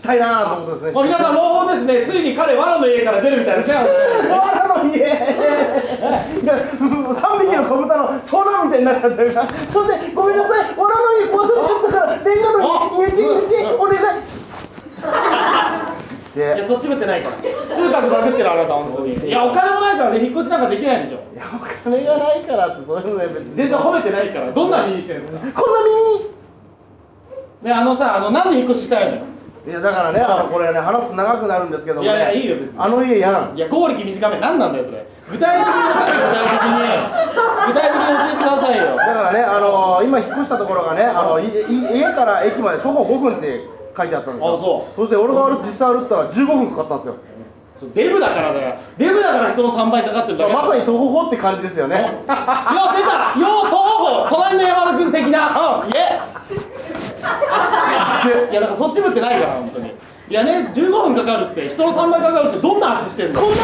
したいなと思ってですね。 皆さんもうですね、ついに彼、藁の家から出るみたいですね。 藁の家。いや、3匹の子豚の長男みたいになっちゃってるから。それで、ごめんなさい、藁の家忘れちゃったから、レンガの家入れて、お願い。 いや、そっち向ってないから。通学バグってるあなた、本当に。いや、お金もないからね、引っ越しなんかできないでしょ。 いや、お金がないからって、そういうのね、別に。 全然褒めてないから、どんな耳してるんですか。 こんな耳。 ね、なんで引っ越ししたいのよ。 いや、だからね、これね、話すと長くなるんですけどもね。 いやいや、いいよ、別に。 あの家嫌なの。 いや、剛力短め、何なんだよ、それ。具体的に教えてくださいよ。 だからね、今引っ越したところがね、家から駅まで徒歩5分って書いてあったんですよ。 あ、そう。 そして俺が実際歩ったら15分かかったんですよ。 デブだからだよ。デブだから人の3倍かかってるだけ。 まさに徒歩法って感じですよね。 よ、出たよ、徒歩隣の山田君的な。いや、だからそっち向ってないから、本当に。いやね、15分かかるって、人の3倍かかるって、どんな足してんの。 こんな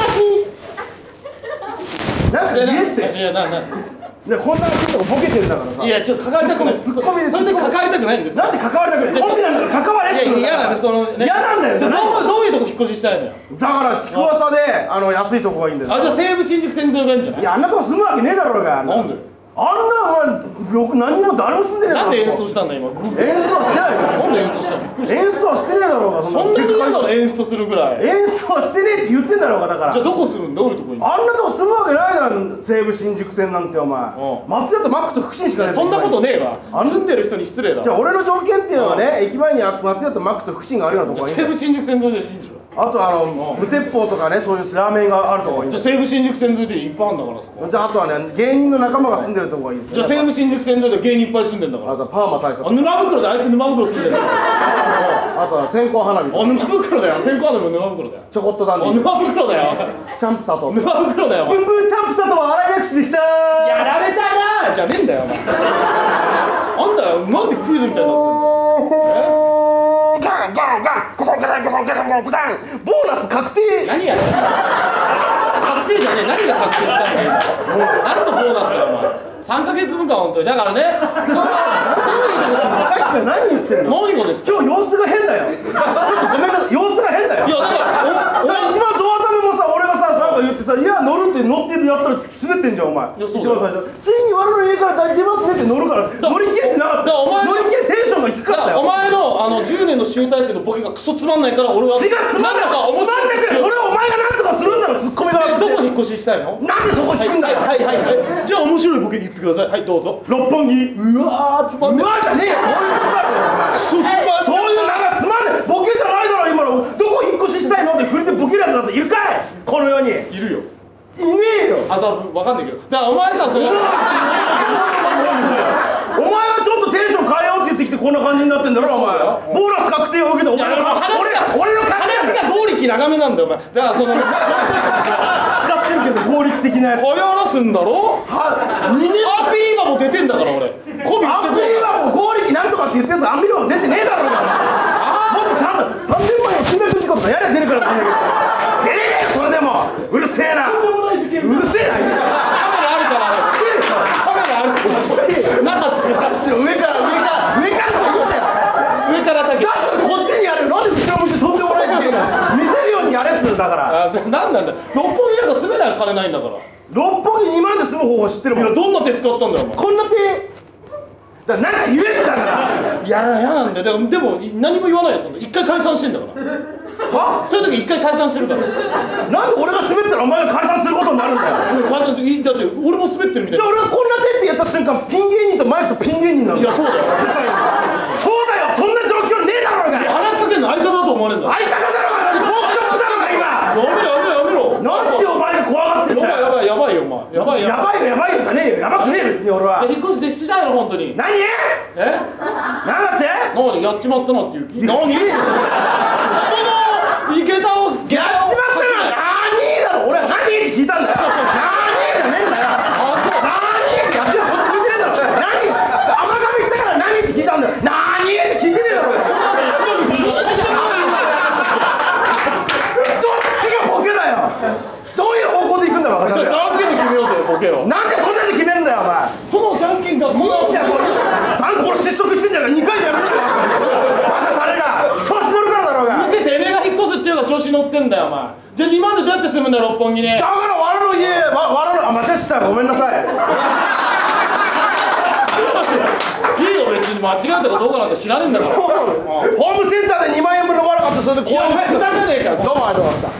足なんか家って。 いや、 こんな足とかボケてんだからさ。 いや、ちょっと関わりたくない。 ツッコミで。 それで関わりたくないんです。 なんで関わりたくない。コンビなんだから関われって。 いや、嫌なんで、 嫌なんだよ。 どういうとこ引っ越ししたいのよ。 だから築浅で安いとこがいいんだよ。 あ、じゃあ西武新宿線沿いがいいんじゃない。 いや、あんなとこ住むわけねえだろうが。 なんで。 あんな僕何も誰も住んでねえだろ。 なんで演奏したんだ今。 演奏はしてないよ。 なんで演奏したの。 演奏はしてねえだろうが。 そんなに嫌なの演奏するぐらい。 演奏はしてねえって言ってんだろうが。だからじゃあどこ住むん。どういうとこに。 あんなとこ住むわけないじゃん。西武新宿線なんてお前。松屋とマックと福神しかねえ。 そんなことねえわ。住んでる人に失礼だ。 じゃあ俺の条件っていうのはね、駅前に松屋とマックと福神があるようなとこがいい。 西武新宿線沿いでいいんでしょ。 あと無鉄砲とかね、そういうラーメンがあるとこがいい。 じゃあ西武新宿線沿いでいっぱいあるんだからそこ。 じゃああとはね、芸人の仲間が住んでるとこがいいです。 じゃあ西武新宿線沿いで芸人いっぱい住んでんだから。 あとはパーマ大佐。 沼袋であいつ沼袋住んでる。 あとは線香花火。 沼袋だよ。線香花火も沼袋だよ。 ちょこっとダンディ。 沼袋だよ。 チャンプ佐藤。 沼袋だよ。 ブンブンチャンプ佐藤は荒井薬師でした。 やられたなじゃねえんだよお前。なんだよ、なんでクイズみたいになってんの。 ガンガンガンゴソンゴソンゴソンゴソンゴソンボーナス確定。 何やねん。確定じゃねえ。何が確定したんだよ。何のボーナスだよお前。3ヶ月分か本当に。だからね。さっきから何言ってんの。 何がですか。 今日様子が変だよ。ちょっとごめんなさい。様子が変だよ。 いやだから一番ドア玉もさ、俺がさ、なんか言ってさ、いや乗るって乗ってやったら滑ってんじゃんお前。一番最初。ついに我の家から出ますねって乗るから乗り切れてなかった。乗り切れテンションが低かったよ。 お前の10年の集大成のボケがクソつまんないから俺は。 違う、つまんない。つまんないけど、それをお前がなんとかするんだろ、ツッコミが。 どこに引っ越ししたいの。 なんでそこ引くんだよ。 はいはいはい。じゃあ面白いボケ言ってください。はいどうぞ。 六本木。 うわーつまんない。 うわーじゃねえよ。そういうことだろ。そういうなんかつまんない。ボケじゃないだろ今の。どこ引っ越ししたいのって振りでボケるやつだっているかい。この世に。 いるよ。 いねえよ。 麻布わかんないけど。だからお前さそれ。 お前はちょっとテンション変えようって言ってきてこんな感じになってんだろお前。ボーナス確定を受けて俺の話が剛力長めなんだよお前。だからその使ってるけど剛力的なやつ。 はやらすんだろ。 は2年アンビリーバボー出てんだから俺。 アンビリーバボー剛力なんとかって言ってるやつアンビリーバボー出てねえだろうが。もっとちゃんと3年前の金額事故とかやれば出るから出れねえよそれでも。うるせえな。 とんでもない事件。 うるせえな。 カメラあるからあれ。カメラあるから。なかった。 上からとかいいんだよ。 上からだけ。 だってこっちにやる。なんで後ろ向いてとんでもない事件見せるようにやれっつうんだから。 なんなんだよ。六本木なんか住めない金ないんだから。 六本木2万で住む方法知ってるもん。 いやどんな手使ったんだよお前。 こんな手だからなんか言えってだから。 いや嫌なんだよ。でも何も言わないよそんな。一回解散してんだから。 は？ そういう時一回解散してるから。 なんで俺が滑ったらお前が解散することになるんだよ。 解散だって俺も滑ってるみたいな。 じゃあ俺がこんな手ってやった瞬間ピン芸人とマイクとピン芸人なんだよ。 いやそうだよ。 そうだよ。そんな状況ねえだろうが。 話しかけるの相方だと思われるんだよ。 相方だろうが。トークショップだろうが今。 やめろ。 なんでお前が怖がってんだよ。 やばいよお前。やばいよじゃねえよ。やばくねえ別に俺は。 引っ越しでしたいの本当に。 何？ え？ なんだって？ 何やっちまったなっていう気。何？人のいけたをやっちまったな。何だろ。俺は何って聞いたんだよ。何じゃねえんだよ。何ってやってるこっち聞いてねえだろ。何？甘噛みしたから何って聞いたんだよ。何って聞いてねえだろ。どっちがボケだよ。どういう方向で行くんだよ。 じゃあじゃんけんで決めようぜボケを。 なんでそんなに決めるんだよお前。 そのじゃんけんがいいんだよこれ。3個失速してんじゃないか。2回でやめろよ。バカ誰が調子乗るからだろうが。 んだよお前。じゃあ2万でどうやって住むんだよ六本木に。 だからわらの家、わらの、あ、間違えてた、ごめんなさい。 いいよ別に間違えたかどうかなんて知らねえんだから。 ホームセンターで2万円分のわら買ってそれでいやお前公園無駄じゃねえか。 どうもありがとうございました。